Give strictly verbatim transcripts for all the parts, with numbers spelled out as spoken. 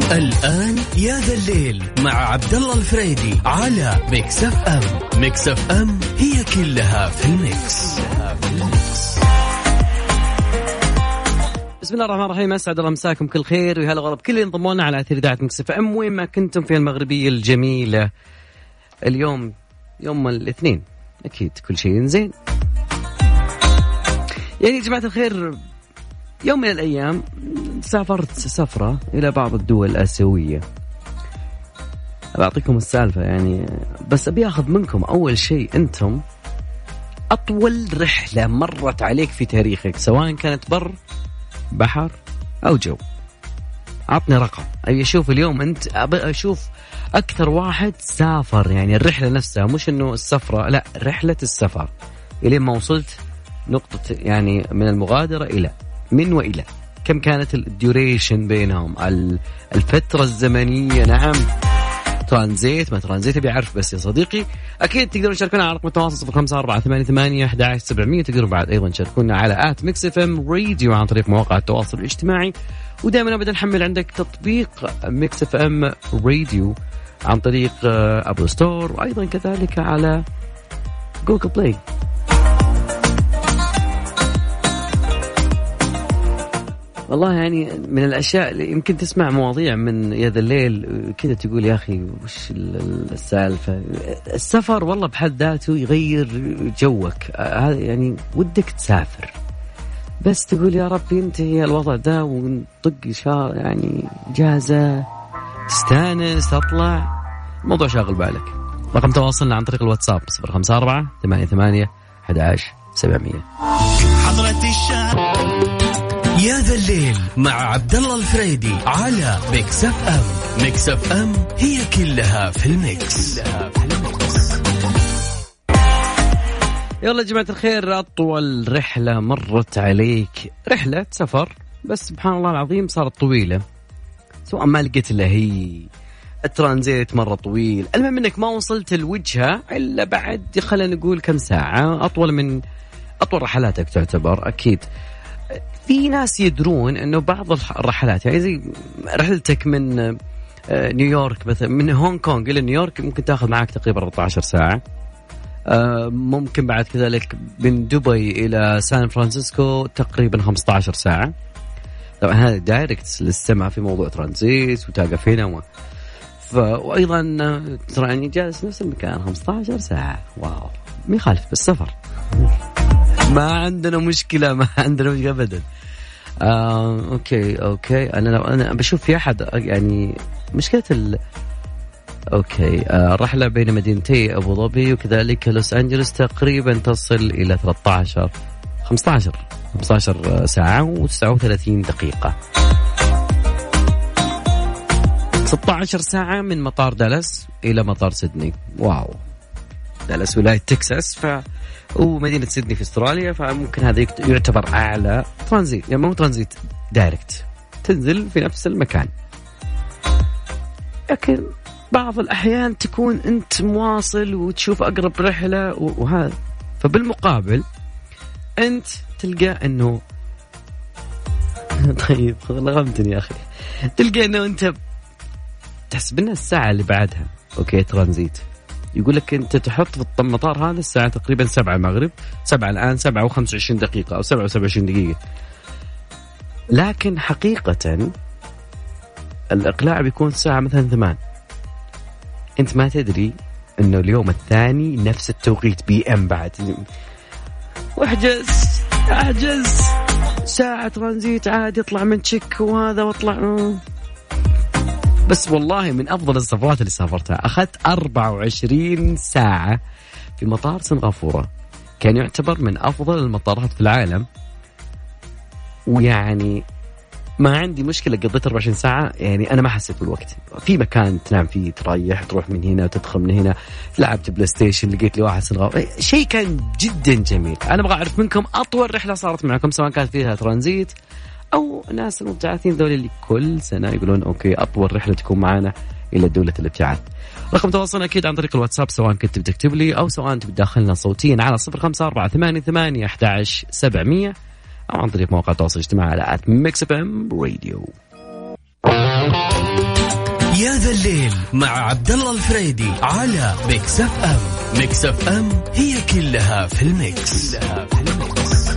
الآن يا ذا الليل مع عبد الله الفريدي على ميكس اف ام. ميكس اف ام هي كلها في الميكس. بسم الله الرحمن الرحيم. اسعد الله مساكم كل خير وهلا غرب كل اللي انضموا لنا على اثير اذاعه ميكس اف ام وين ما كنتم في المغربيه الجميله. اليوم يوم الاثنين اكيد كل شيء زين. يعني يا جماعه الخير يوم من الأيام سافرت سفرة إلى بعض الدول الآسيوية. أعطيكم السالفة يعني، بس أبي أخذ منكم أول شيء أنتم أطول رحلة مرت عليك في تاريخك، سواء كانت بر بحر أو جو. أعطني رقم أبي أشوف اليوم. أنت أبي أشوف أكثر واحد سافر، يعني الرحلة نفسها مش إنه السفرة، لا رحلة السفر إلى ما وصلت نقطة يعني من المغادرة إلى من وإلى. كم كانت الديوريشن بينهم، الفترة الزمنية. نعم ترانزيت ما ترانزيت بيعرف. بس يا صديقي أكيد تقدرون تشاركونا على رقم التواصل صفر خمسة أربعة ثمانية ثمانية واحد واحد سبعمية. تقدرون بعد أيضا تشاركونا على آت ميكس اف ام راديو عن طريق مواقع التواصل الاجتماعي. ودائما أبدا نحمل عندك تطبيق ميكس اف ام راديو عن طريق أبل ستور وأيضا كذلك على جوجل بلاي. والله يعني من الأشياء اللي يمكن تسمع مواضيع من يا ذا الليل كذا تقول يا أخي وش السالفة. السفر والله بحد ذاته يغير جوك. هذا يعني ودك تسافر بس تقول يا رب ينتهي الوضع ده ونطق شهر يعني جازة تستانس تطلع. موضوع شاغل بالك. رقم تواصلنا عن طريق الواتساب صفر خمسة أربعة ثمانية ثمانية واحد واحد سبعمية. حضرة الشهر يا ذا الليل مع عبد الله الفريدي على ميكس اف ام. ميكس اف ام هي كلها في الميكس. يلا جماعة الخير، أطول رحلة مرت عليك رحلة سفر، بس سبحان الله العظيم صارت طويلة. سواء ما لقيت إلا هي الترانزيت مرة طويل، المهم إنك ما وصلت الوجهة إلا بعد خلينا نقول كم ساعة. أطول من أطول رحلاتك تعتبر أكيد. في ناس يدرون انه بعض الرحلات يعني زي رحلتك من نيويورك مثلا، من هونغ كونغ الى نيويورك ممكن تاخذ معك تقريبا أربعة عشر ساعة. ممكن بعد كذلك من دبي الى سان فرانسيسكو تقريبا خمسة عشر ساعة. طبعا هذا دايركت للسمع، في موضوع ترانزيت وتوقف هنا و... ف... وايضا ترى يعني جالس نفس المكان خمسة عشر ساعة. واو ما يخالف بالسفر. ما عندنا مشكلة ما عندنا مشكلة أبدا. آه، أوكي أوكي أنا لو أنا بشوف في أحد يعني مشكلة ال أوكي آه، الرحلة بين مدينتي أبو ظبي وكذلك لوس أنجلوس تقريبا تصل إلى ثلاثة عشر خمسة عشر خمسة عشر ساعة وتسعة وثلاثين دقيقة. ستة عشر ساعة من مطار دالاس إلى مطار سيدني. واو. دالاس ولاية تكساس ف ومدينة سيدني في استراليا، فممكن هذا يعتبر أعلى ترانزيت. يعني مو ترانزيت دايركت، تنزل في نفس المكان. لكن بعض الأحيان تكون أنت مواصل وتشوف أقرب رحلة وهذا، فبالمقابل أنت تلقى أنه طيب لغمتني يا أخي. تلقى أنه أنت تحسب أنها الساعة اللي بعدها أوكي ترانزيت. يقول لك أنت تحط في المطار هذا الساعة تقريبا سبعة المغرب، سبعة الآن سبعة وخمسة وعشرين دقيقة أو سبعة وسبعة وعشرين دقيقة. لكن حقيقة الإقلاع بيكون ساعة مثلا ثمان. أنت ما تدري إنه اليوم الثاني نفس التوقيت بي إم بعد. واحجز أحجز ساعة ترانزيت عادي، يطلع من تشيك وهذا واطلع. بس والله من أفضل السفرات اللي سافرتها، أخذت أربعة وعشرين ساعة في مطار سنغافورة. كان يعتبر من أفضل المطارات في العالم، ويعني ما عندي مشكلة قضيت أربعة وعشرين ساعة. يعني أنا ما حسيت بالوقت. في مكان تنام فيه، تريح، تروح من هنا وتدخل من هنا، لعبت بلاي ستيشن، لقيت لي واحد سنغافورة. شيء كان جدا جميل. أنا أبغى أعرف منكم أطول رحلة صارت معكم، سواء كانت فيها ترانزيت أو ناس المبتعثين ذول اللي كل سنة يقولون أوكي أطول رحلة تكون معنا إلى دولة الابتعاث. رقم تواصلنا أكيد عن طريق الواتساب، سواء كنت بتكتب لي أو سواء أنت بتدخلنا صوتيا على صفر خمسة أربعة ثمانية ثمانية واحد واحد سبعمية أو عن طريق مواقع التواصل الاجتماعي على آت ميكس اف ام راديو. يا ذا الليل مع عبد الله الفريدي على ميكس اف ام. ميكس اف ام هي كلها في الميكس, كلها في الميكس.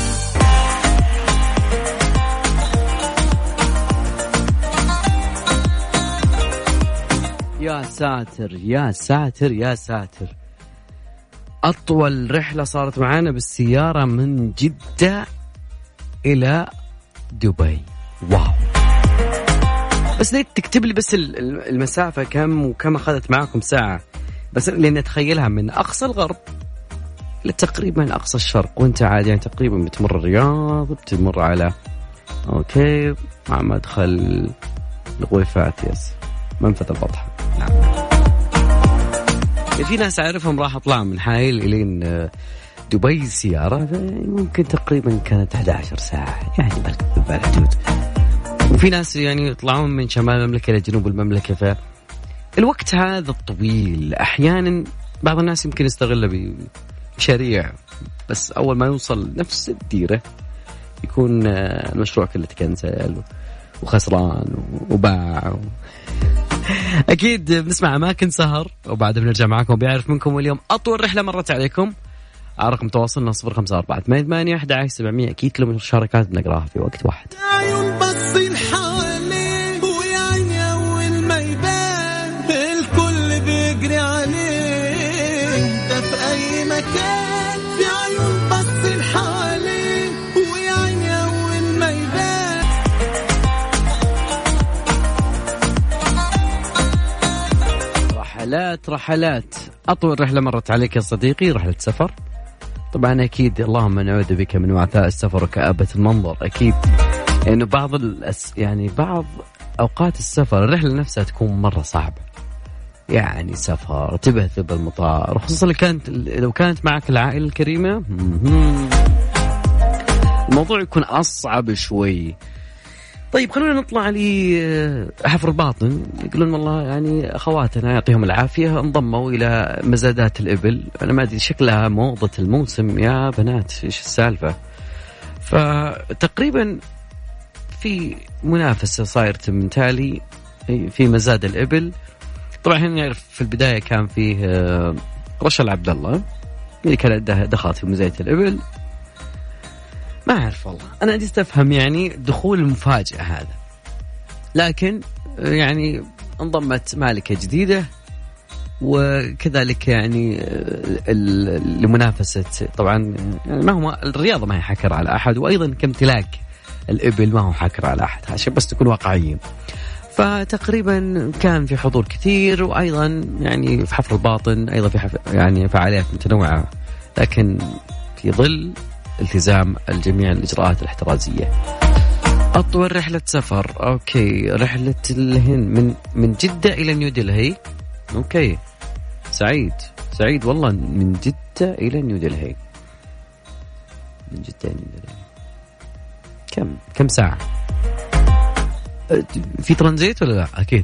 يا ساتر يا ساتر يا ساتر، أطول رحلة صارت معانا بالسيارة من جدة إلى دبي. واو. بس ليه تكتب لي بس المسافة كم وكم أخذت معاكم ساعة، بس لأن أتخيلها من أقصى الغرب لتقريبا أقصى الشرق، وانت عادي يعني تقريبا بتمر الرياض، بتمر على أوكي مع مدخل الغويفات يس منفذ البطحة. نعم. في ناس أعرفهم راح أطلع من حائل إلين دبي سيارة ممكن تقريبا كانت أحد عشر ساعة يعني بالحدود، وفي ناس يعني يطلعون من شمال المملكة إلى جنوب المملكة، فالوقت هذا الطويل أحيانا بعض الناس يمكن يستغله بشريع، بس أول ما يوصل نفس الديرة يكون المشروع كله تكنسل وخسران وباع. أكيد بنسمع أماكن سهر وبعد بنرجع معاكم بيعرف منكم اليوم أطول رحلة مرت عليكم على رقم تواصلنا صفر خمسة أربعة ثمانية ثمانية أحد عشر سبعمية. أكيد كل المشاركات بنقراها في وقت واحد. عيون بصين حواليه ويا عيني أول ما يبان الكل بيجري عليه، انت في أي مكان في عيون بصين حواليه ويا عيني أول ما يبان. رحلات رحلات. أطول رحلة مرت عليك يا صديقي رحلة سفر؟ طبعا أكيد اللهم نعوذ بك من وعثاء السفر وكآبة المنظر. أكيد يعني بعض الأس يعني بعض أوقات السفر الرحلة نفسها تكون مرة صعبة، يعني سفر تبهث بالمطار، خصوصا لو كانت لو كانت معك العائلة الكريمة الموضوع يكون أصعب شوي. طيب خلونا نطلع لي حفر الباطن. يقولون والله يعني أخواتنا يعطيهم العافية انضموا إلى مزادات الإبل. أنا ما أدري شكلها موضة الموسم يا بنات، إيش السالفة؟ فتقريبا في منافسة صايرة من تالي في مزاد الإبل. طبعا هنا نعرف في البداية كان فيه رشل عبد الله اللي كانت دخلت في مزاية الإبل. ما أعرف والله، أنا عندي استفهم يعني دخول المفاجأة هذا، لكن يعني انضمت مالكة جديدة وكذلك يعني لمنافسة. طبعا ما هو الرياضة ما هي حكر على أحد، وأيضا كامتلاك الإبل ما هو حكر على أحد، عشان بس تكون واقعيين. فتقريبا كان في حضور كثير، وأيضا يعني في حفر الباطن أيضا في يعني فعاليات متنوعة، لكن في ظل التزام الجميع الإجراءات الاحترازية. أطول رحلة سفر أوكي رحلة الهند من من جدة إلى نيودلهي. أوكي سعيد سعيد والله من جدة إلى نيودلهي. من جدة إلى نيودلهي كم كم ساعة؟ في ترانزيت ولا لا؟ أكيد.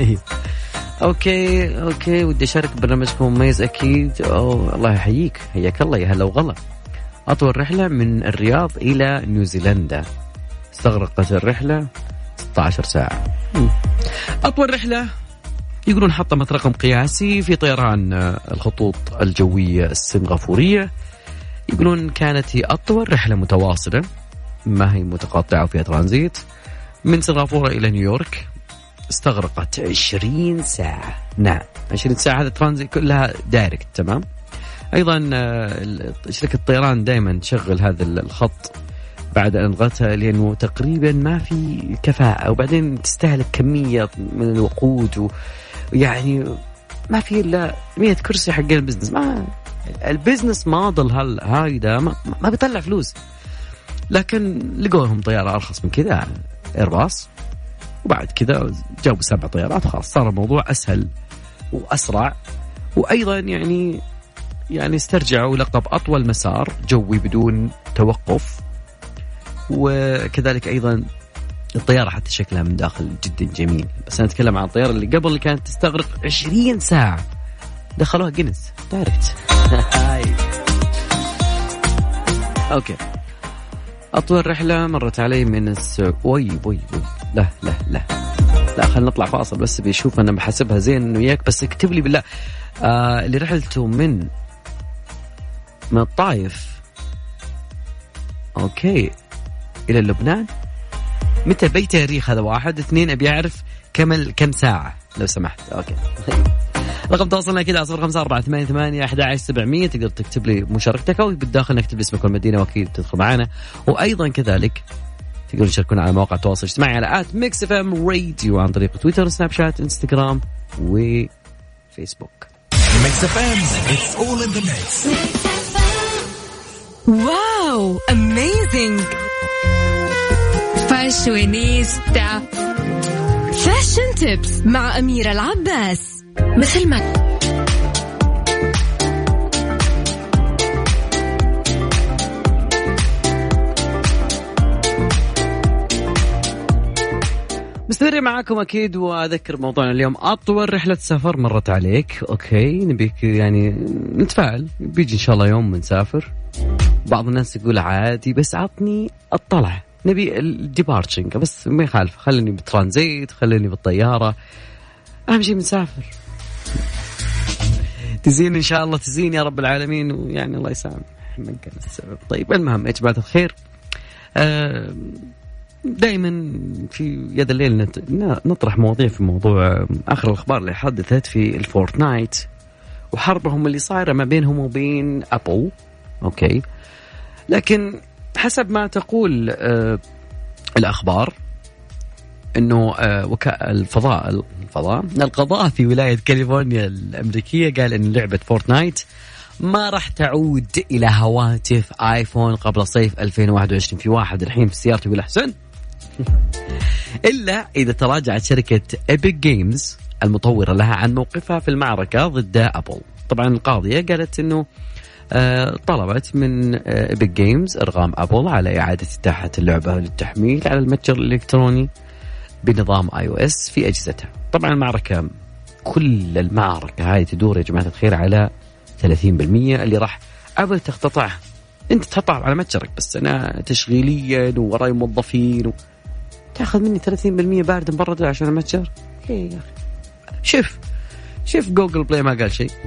أوكي أوكي ودي أشارك برنامجكم مميز أكيد. أوه الله يحييك، حياك الله يا هلا وغلا. أطول رحلة من الرياض إلى نيوزيلندا استغرقت الرحلة ستة عشر ساعة. أطول رحلة يقولون حطمت رقم قياسي في طيران الخطوط الجوية السنغافورية. يقولون كانت هي أطول رحلة متواصلة ما هي متقاطعة وفيها ترانزيت من سنغافورة إلى نيويورك، استغرقت عشرين ساعة. نعم عشرين ساعة، هذا ترانزيت كلها دايركت. تمام. أيضا شركة الطيران دائما تشغل هذا الخط بعد أن ألغتها لأنه تقريبا ما في كفاءة، وبعدين تستهلك كمية من الوقود، ويعني ما في إلا مية كرسي حق البزنس. ما البزنس موديل هال هايدا ما, ما بيطلع فلوس. لكن لقوا لهم طيارة أرخص من كذا إيرباص، وبعد كذا جابوا سبع طيارات خلاص صار الموضوع أسهل وأسرع. وأيضا يعني يعني استرجعوا لقب أطول مسار جوي بدون توقف، وكذلك أيضا الطيارة حتى شكلها من داخل جدا جميل. بس أنا أتكلم عن الطيارة اللي قبل اللي كانت تستغرق عشرين ساعة دخلوها جينيس دايركت. أوكي أطول رحلة مرت علي من السعودية. وي وي وي لا لا لا لا خلينا نطلع فاصل بس بيشوف أنا بحسبها زين إنه وياك، بس اكتب لي بالله آه اللي رحلته من من الطايف أوكي إلى لبنان متى بي تاريخ؟ هذا واحد. اثنين أبي أعرف كم كم ساعة لو سمحت. أوكي رقم تواصلنا كده صفر خمسة أربعة ثمانية ثمانية أحد عشر سبعمية. تقدر تكتب لي مشاركتك أو بالداخل نكتب اسمك والمدينة وأكيد تدخل معنا. وأيضا كذلك تقدرون تشاركونا على مواقع التواصل الاجتماعي على آت ميكس اف ام راديو عن طريق تويتر سناب شات انستغرام وفيسبوك. ميكس اف ام it's all in the mix. واو amazing فاشونيستا فاشن تيبس مع أميرة العباس. مثل ما مستمر معاكم أكيد. وأذكر موضوعنا اليوم أطول رحلة سفر مرت عليك. أوكي نبيك يعني نتفاعل، بيجي إن شاء الله يوم نسافر. بعض الناس يقول عادي بس عطني الطلع، نبي الديبارتشنج بس ما يخالف، خليني بالترانزيت خليني بالطيارة، أهم شيء بنسافر. تزين إن شاء الله تزين يا رب العالمين، ويعني الله يسامح من كان السبب. طيب المهم يا جماعة الخير آه دائما في يد الليل نطرح مواضيع في موضوع آخر الأخبار اللي حدثت في الفورتنايت وحربهم اللي صايرة ما بينهم وبين أبل. أوكي لكن حسب ما تقول آه الأخبار إنه آه وكاء الفضاء الفضاء القضاء في ولاية كاليفورنيا الأمريكية قال إن لعبة فورتنايت ما راح تعود إلى هواتف آيفون قبل صيف ألفين وواحد وعشرين. في واحد الحين في سيارته يقول أحسن إلا إذا تراجعت شركة إبيك جيمز المطورة لها عن موقفها في المعركة ضد أبل. طبعا القاضية قالت إنه آه طلبت من آه إبيك جيمز إرغام أبل على إعادة إتاحة اللعبة للتحميل على المتجر الإلكتروني بنظام آي أو إس في أجهزتها. طبعا المعركة كل المعركة هاي تدور يا جماعة الخير على ثلاثين بالمئة اللي راح أبل تقتطعها. أنت تحطها على متجرك بس أنا تشغيليا ووراي موظفين و... تأخذ مني ثلاثين بالمئة بارد مبرد عشان المتجر. إيه يا أخي شوف شوف جوجل بلاي ما قال شيء.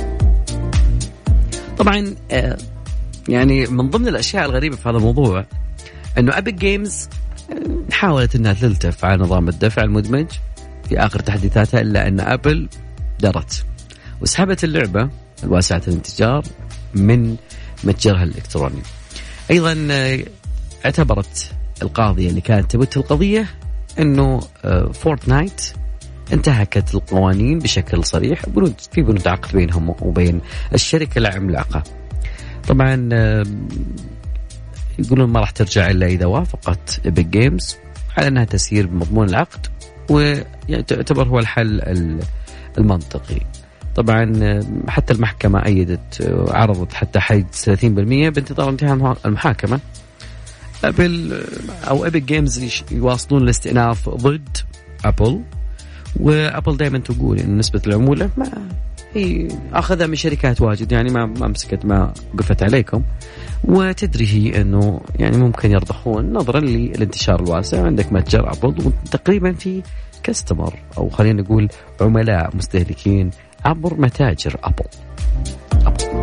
طبعا آه يعني من ضمن الأشياء الغريبة في هذا الموضوع أنه أبيك جيمز آه حاولت أنها تلتف على نظام الدفع المدمج في آخر تحديثاتها، إلا أن أبل درت وسحبت اللعبة الواسعة الانتشار من متجرها الإلكتروني. أيضا آه اعتبرت القاضية اللي كانت تبت القضية أنه آه فورتنايت انتهكت القوانين بشكل صريح، بنود في بنود عقد بينهم وبين الشركة العملاقة. طبعا يقولون ما راح ترجع إلا إذا وافقت إبيك جيمز على أنها تسير بمضمون العقد، ويعتبر هو الحل المنطقي. طبعا حتى المحكمة أيدت عرضت حتى حيز ثلاثين بالمئة بانتظار انتهاء المحاكمة. أبل أو إبيك جيمز يواصلون الاستئناف ضد أبل، وأبل دائما تقول إن نسبة العمولة ما هي أخذها من شركات واجد، يعني ما ما مسكت ما قفت عليكم، وتدري هي إنه يعني ممكن يرضخون نظرا للانتشار الواسع. عندك متجر أبل وتقريبا في كاستمر أو خلينا نقول عملاء مستهلكين عبر متاجر أبل. أبل.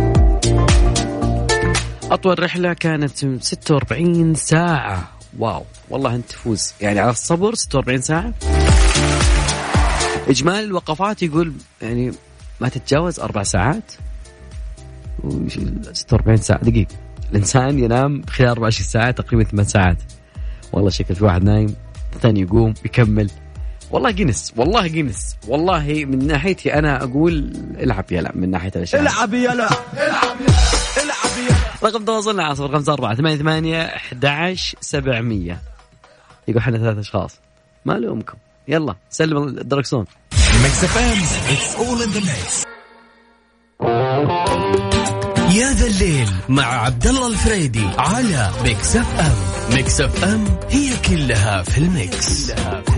أطول رحلة كانت ستة وأربعين ساعة. واو والله أنت تفوز يعني على الصبر. ستة وأربعين ساعة إجمالي الوقفات يقول يعني ما تتجاوز أربع ساعات. ستة وأربعين ساعة دقيقة الإنسان ينام خلال أربع وعشرين ساعة تقريبا ثمان ساعات. والله شكل في واحد نايم الثاني يقوم يكمل. والله جنس والله جنس والله. من ناحيتي أنا أقول العب يلا، من ناحية الأشياء العب يلا العب يلا العب يلا. رقم تواصلنا على صفر خمسة أربعة ثمانية ثمانية أحد عشر سبعمية. يقول حنا ثلاثة أشخاص ما لومكم. يلا سلم الدركسون. ميكس اف ام it's all in the mix. يا ذا الليل مع عبد الله الفريدي على ميكس اف ام. ميكس اف ام هي كلها في الميكس.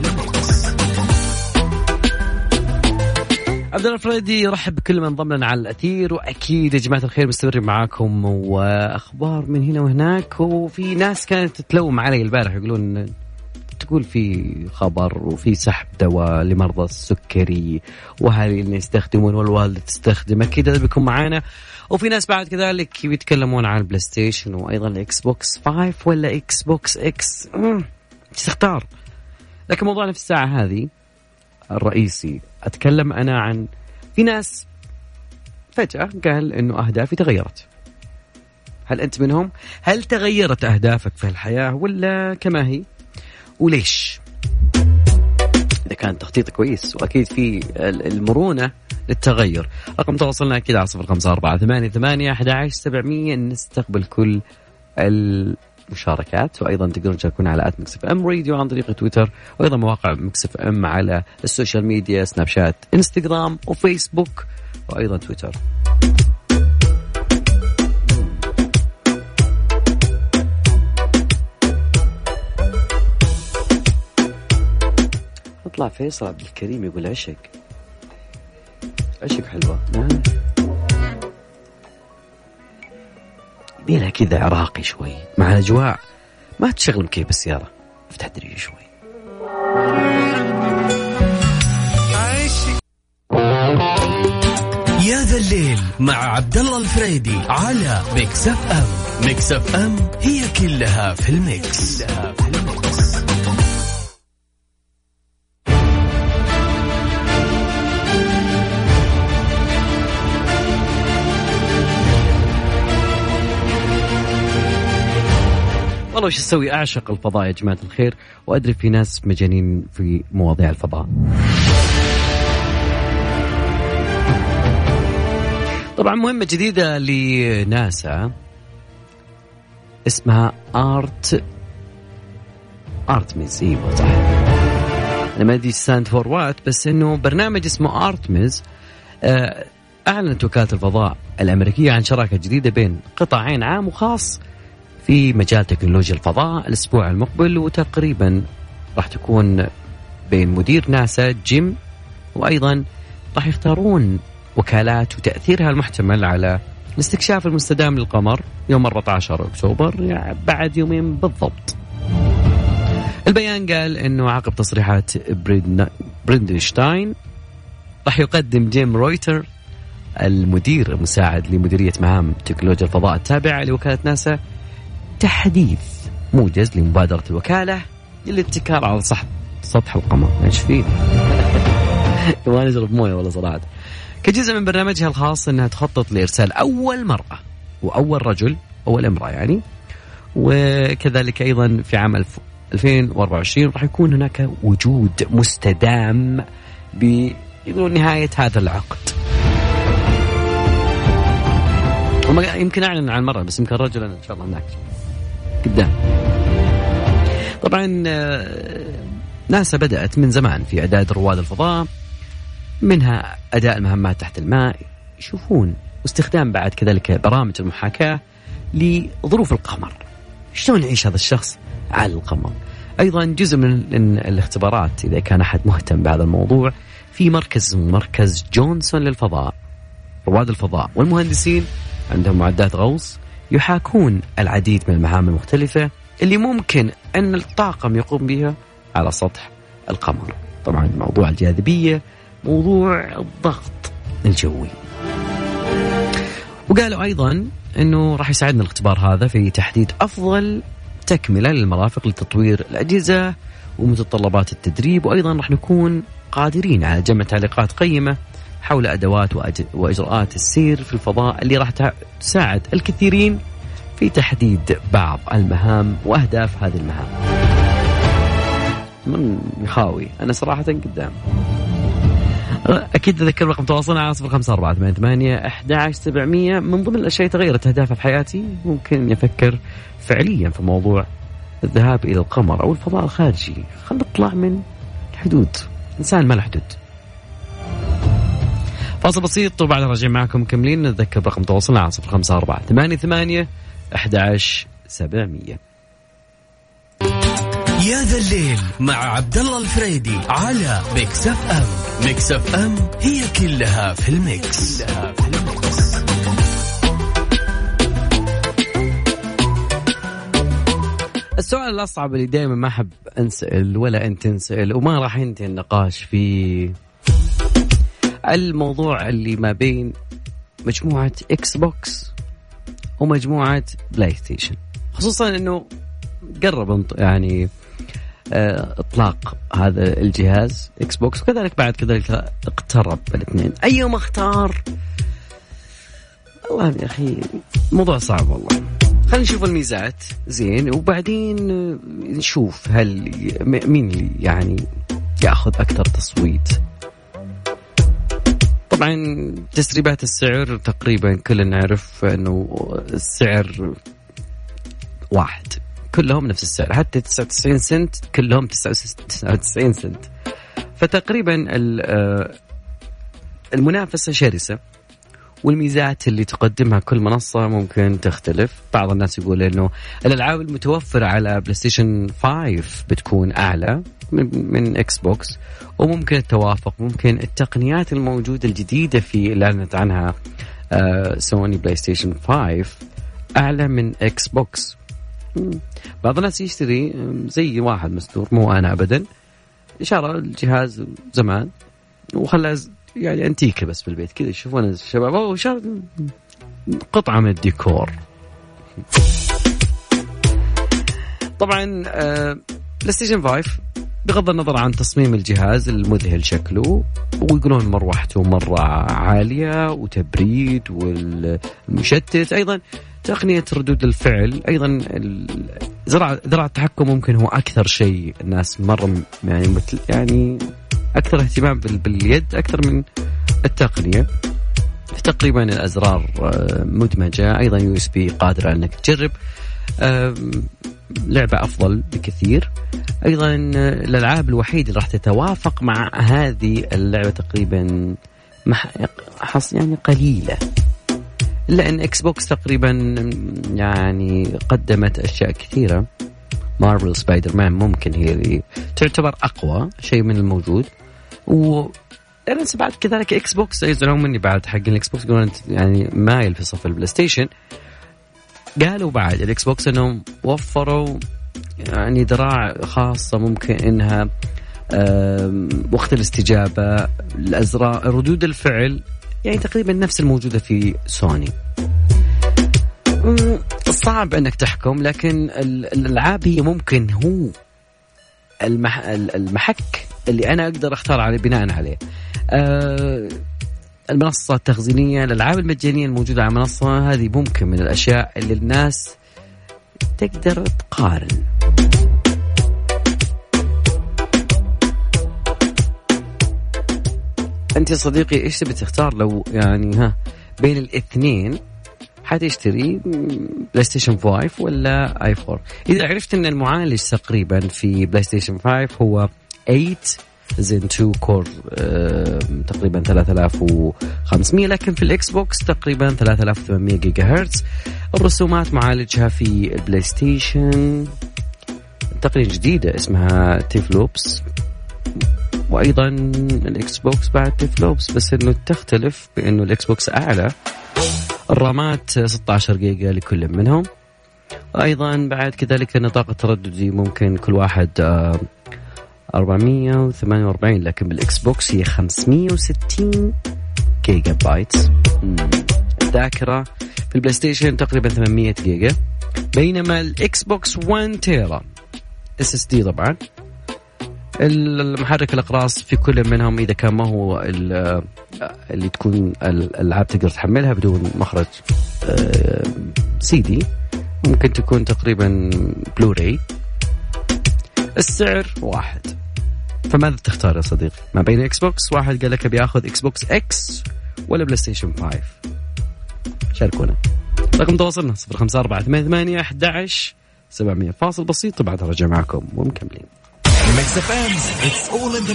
عبد الله الفريدي يرحب بكل من ضمن على الأثير، وأكيد يا جماعة الخير مستمرين معاكم وأخبار من هنا وهناك. وفي ناس كانت تتلوم علي البارح يقولون تقول في خبر وفي سحب دواء لمرضى السكري وهل اللي يستخدمون والوالدة تستخدم، أكيد هذا بيكون معانا. وفي ناس بعد كذلك بيتكلمون عن البلاي ستيشن وأيضا الإكس بوكس فايف ولا إكس بوكس إكس، تختار. لكن موضوعنا في الساعة هذه الرئيسي أتكلم أنا عن في ناس فجأة قال إنه أهدافي تغيرت. هل أنت منهم؟ هل تغيرت أهدافك في الحياة ولا كما هي؟ وليش؟ إذا كان تخطيط كويس وأكيد في المرونة للتغير. رقم تواصلنا أكيد على صفر خمسة أربعة ثمانية ثمانية أحد عشر سبعمية. نستقبل كل المشاركات، وأيضا تقدرون تشاركونا على آت ميكس اف ام راديو عن طريق تويتر، وأيضا مواقع ميكس اف ام على السوشيال ميديا سناب شات انستغرام وفيسبوك وأيضا تويتر. اطلع فيصل عبد الكريم يقول عشق عشق حلوة يبيلها كذا عراقي شوي مع الأجواء، ما تشغل مكيف بالسيارة، افتح دريجة شوي. يا ذا الليل مع عبد الله الفريدي على ميكس اف ام. ميكس اف ام هي كلها في الميكس, كلها في الميكس. والله وش أسوي؟ أعشق الفضاء يا جماعة الخير، وأدري في ناس مجانين في مواضيع الفضاء. طبعا مهمة جديدة لناسا اسمها آرت آرتميز. ايوه صح، أنا ما أدري ستاند فور وات، بس إنه برنامج اسمه آرتميز. أعلنت وكالة الفضاء الأمريكية عن شراكة جديدة بين قطاعين عام وخاص في مجال تكنولوجيا الفضاء الأسبوع المقبل، وتقريبا راح تكون بين مدير ناسا جيم، وأيضا راح يختارون وكالات وتأثيرها المحتمل على الاستكشاف المستدام للقمر يوم أربعة عشر أكتوبر، يعني بعد يومين بالضبط. البيان قال أنه عقب تصريحات بريندشتاين راح يقدم جيم رويتر المدير المساعد لمديرية مهام تكنولوجيا الفضاء التابعة لوكالة ناسا تحديث موجز لمبادرة الوكالة للاتكال على سطح سطح القمر. ايش فيه؟ كمان يشرب مويه ولا صراحة. كجزء من برنامجها الخاص انها تخطط لارسال اول مرأة واول رجل اول امرأة يعني، وكذلك ايضا في عام ألفين وأربعة وعشرين راح يكون هناك وجود مستدام بيقولون نهاية هذا العقد. يمكن أعلن عن مرة، بس يمكن رجلا إن شاء الله هناك قدام. طبعا ناسا بدأت من زمان في إعداد رواد الفضاء، منها أداء المهمات تحت الماء، يشوفون واستخدام بعد كذلك برامج المحاكاة لظروف القمر، شلون يعيش هذا الشخص على القمر. أيضا جزء من الاختبارات إذا كان أحد مهتم بهذا الموضوع في مركز مركز جونسون للفضاء. رواد الفضاء والمهندسين عندهم معدات غوص يحاكون العديد من المهام المختلفة اللي ممكن أن الطاقم يقوم بها على سطح القمر. طبعا موضوع الجاذبية، موضوع الضغط الجوي. وقالوا أيضا أنه راح يساعدنا الاختبار هذا في تحديد أفضل تكملة للمرافق لتطوير الأجهزة ومتطلبات التدريب، وأيضا راح نكون قادرين على جمع تعليقات قيمة حول أدوات وإجراءات السير في الفضاء اللي راح تساعد الكثيرين في تحديد بعض المهام وأهداف هذه المهام. من يخاوي أنا صراحة قدام. أكيد أذكر رقم تواصلنا على صفر خمسة أربعة ثمانية ثمانية أحد عشر سبعمية. من ضمن الأشياء تغيرت أهدافها في حياتي، ممكن يفكر فعليا في موضوع الذهاب إلى القمر أو الفضاء الخارجي. خلنا نطلع من الحدود، إنسان ما له حدود. فاصل بسيط وبعد رجع معكم كملين. نتذكر رقم تواصلنا على صفر خمسة أربعة ثمانية ثمانية أحد عشر سبعمية. يا ذا الليل مع عبد الله الفريدي على ميكس اف ام. ميكس اف ام هي كلها في الميكس, كلها في الميكس. السؤال الأصعب اللي دائما ما أحب أنسأل ولا أنت تنسأل وما راح ينتهي النقاش في الموضوع اللي ما بين مجموعة إكس بوكس ومجموعة بلاي ستيشن، خصوصا أنه قرب يعني اطلاق هذا الجهاز اكس بوكس، وكذلك بعد كذلك اقترب الاثنين. ايهم اختار؟ والله يا اخي موضوع صعب والله. خلينا نشوف الميزات زين وبعدين نشوف هل مين اللي يعني ياخذ اكثر تصويت. طبعا تسريبات السعر تقريبا كلنا نعرف انه السعر واحد، كلهم نفس السعر، حتى تسعة وتسعين سنت كلهم تسعة وتسعين سنت. فتقريبا المنافسة شرسة، والميزات اللي تقدمها كل منصة ممكن تختلف. بعض الناس يقول إنه الألعاب المتوفرة على بلاي ستيشن خمسة بتكون أعلى من إكس بوكس، وممكن التوافق، ممكن التقنيات الموجودة الجديدة في اللي أعلنت عنها سوني بلاي ستيشن خمسة أعلى من إكس بوكس. بعض الناس يشتري زي واحد مستور، مو أنا أبدا، إشارة الجهاز زمان وخلاه يعني أنتيكة بس بالبيت كذا يشوفون الشباب أو شار قطعة من الديكور. طبعا بلاي ستيشن خمسة بغض النظر عن تصميم الجهاز المذهل شكله، ويقولون مروحته مرة عالية وتبريد والمشتت، أيضا تقنية ردود الفعل، أيضا زراعة ذراع التحكم ممكن هو أكثر شيء الناس مرة يعني مثل يعني أكثر اهتمام باليد أكثر من التقنية. تقريبا الأزرار مدمجة، أيضا يو اس بي قادرة أنك تجرب، لعبة أفضل بكثير. أيضا الألعاب الوحيدة اللي راح تتوافق مع هذه اللعبة تقريبا حص يعني قليلة، لأن إكس بوكس تقريبا يعني قدمت أشياء كثيرة. مارفل سبايدر مان ممكن هي اللي تعتبر أقوى شيء من الموجود، و أنا بعد كذلك إكس بوكس يزعلون مني بعد حق الإكس بوكس يقولون يعني مايل في صف البلاي ستيشن. قالوا بعد الإكس بوكس أنهم وفروا يعني ذراع خاصة ممكن إنها وقت الاستجابة، الأزرار، ردود الفعل يعني تقريبا نفس الموجودة في سوني. صعب أنك تحكم، لكن الألعاب هي ممكن هو المح... المحك اللي أنا أقدر أختار عليه بناء عليه. أه... المنصة التخزينية، الألعاب المجانية الموجودة على المنصة هذه ممكن من الأشياء اللي الناس تقدر تقارن. أنت صديقي إيش تبي تختار لو يعني ها بين الاثنين؟ حتشتري بلاي ستيشن خمسة ولا اي فور؟ إذا عرفت أن المعالج تقريبا في بلاي ستيشن خمسة هو ثمانية زين اثنين كور آه تقريبا ثلاثة آلاف وخمسمية، لكن في الإكس بوكس تقريبا ثلاثة آلاف وثمانمية جيجا هرتز. الرسومات معالجها في البلاي ستيشن تقنية جديدة اسمها تيفلوبس، وأيضا الإكس بوكس بعد تيفلوبس، بس إنه تختلف بإنه الإكس بوكس أعلى. الرامات ستة عشر جيجا لكل منهم، أيضا بعد كذلك نطاق الترددي ممكن كل واحد أربعمية وثمانية وأربعين، لكن بالإكس بوكس هي خمسمية وستين جيجا بايت. الذاكرة في البلاي ستيشن تقريبا ثمانمية جيجا، بينما الإكس بوكس واحد تيرا اس اس دي. طبعا المحرك الأقراص في كل منهم إذا كان ما هو اللي تكون الألعاب تقدر تحملها بدون مخرج سي دي، ممكن تكون تقريبا بلوراي. السعر واحد، فماذا تختار يا صديقي ما بين إكس بوكس؟ واحد قال لك بياخذ إكس بوكس إكس ولا بلاي ستيشن خمسة. شاركونا، رقم تواصلنا صفر خمسة أربعة ثمانية ثمانية أحد عشر سبعمية. فاصل بسيط بعد رجع معكم ومكملين. Mix إف إم, it's all in the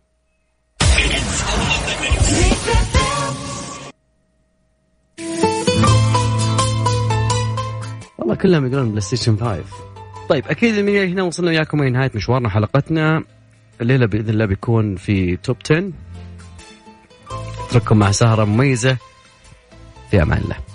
والله كلهم يقولون بلاي ستيشن خمسة. طيب أكيد من هنا وصلنا وياكم إلى نهاية مشوارنا حلقتنا الليلة بإذن الله بيكون في توب عشرة. أترككم مع سهرة مميزة، في أمان الله.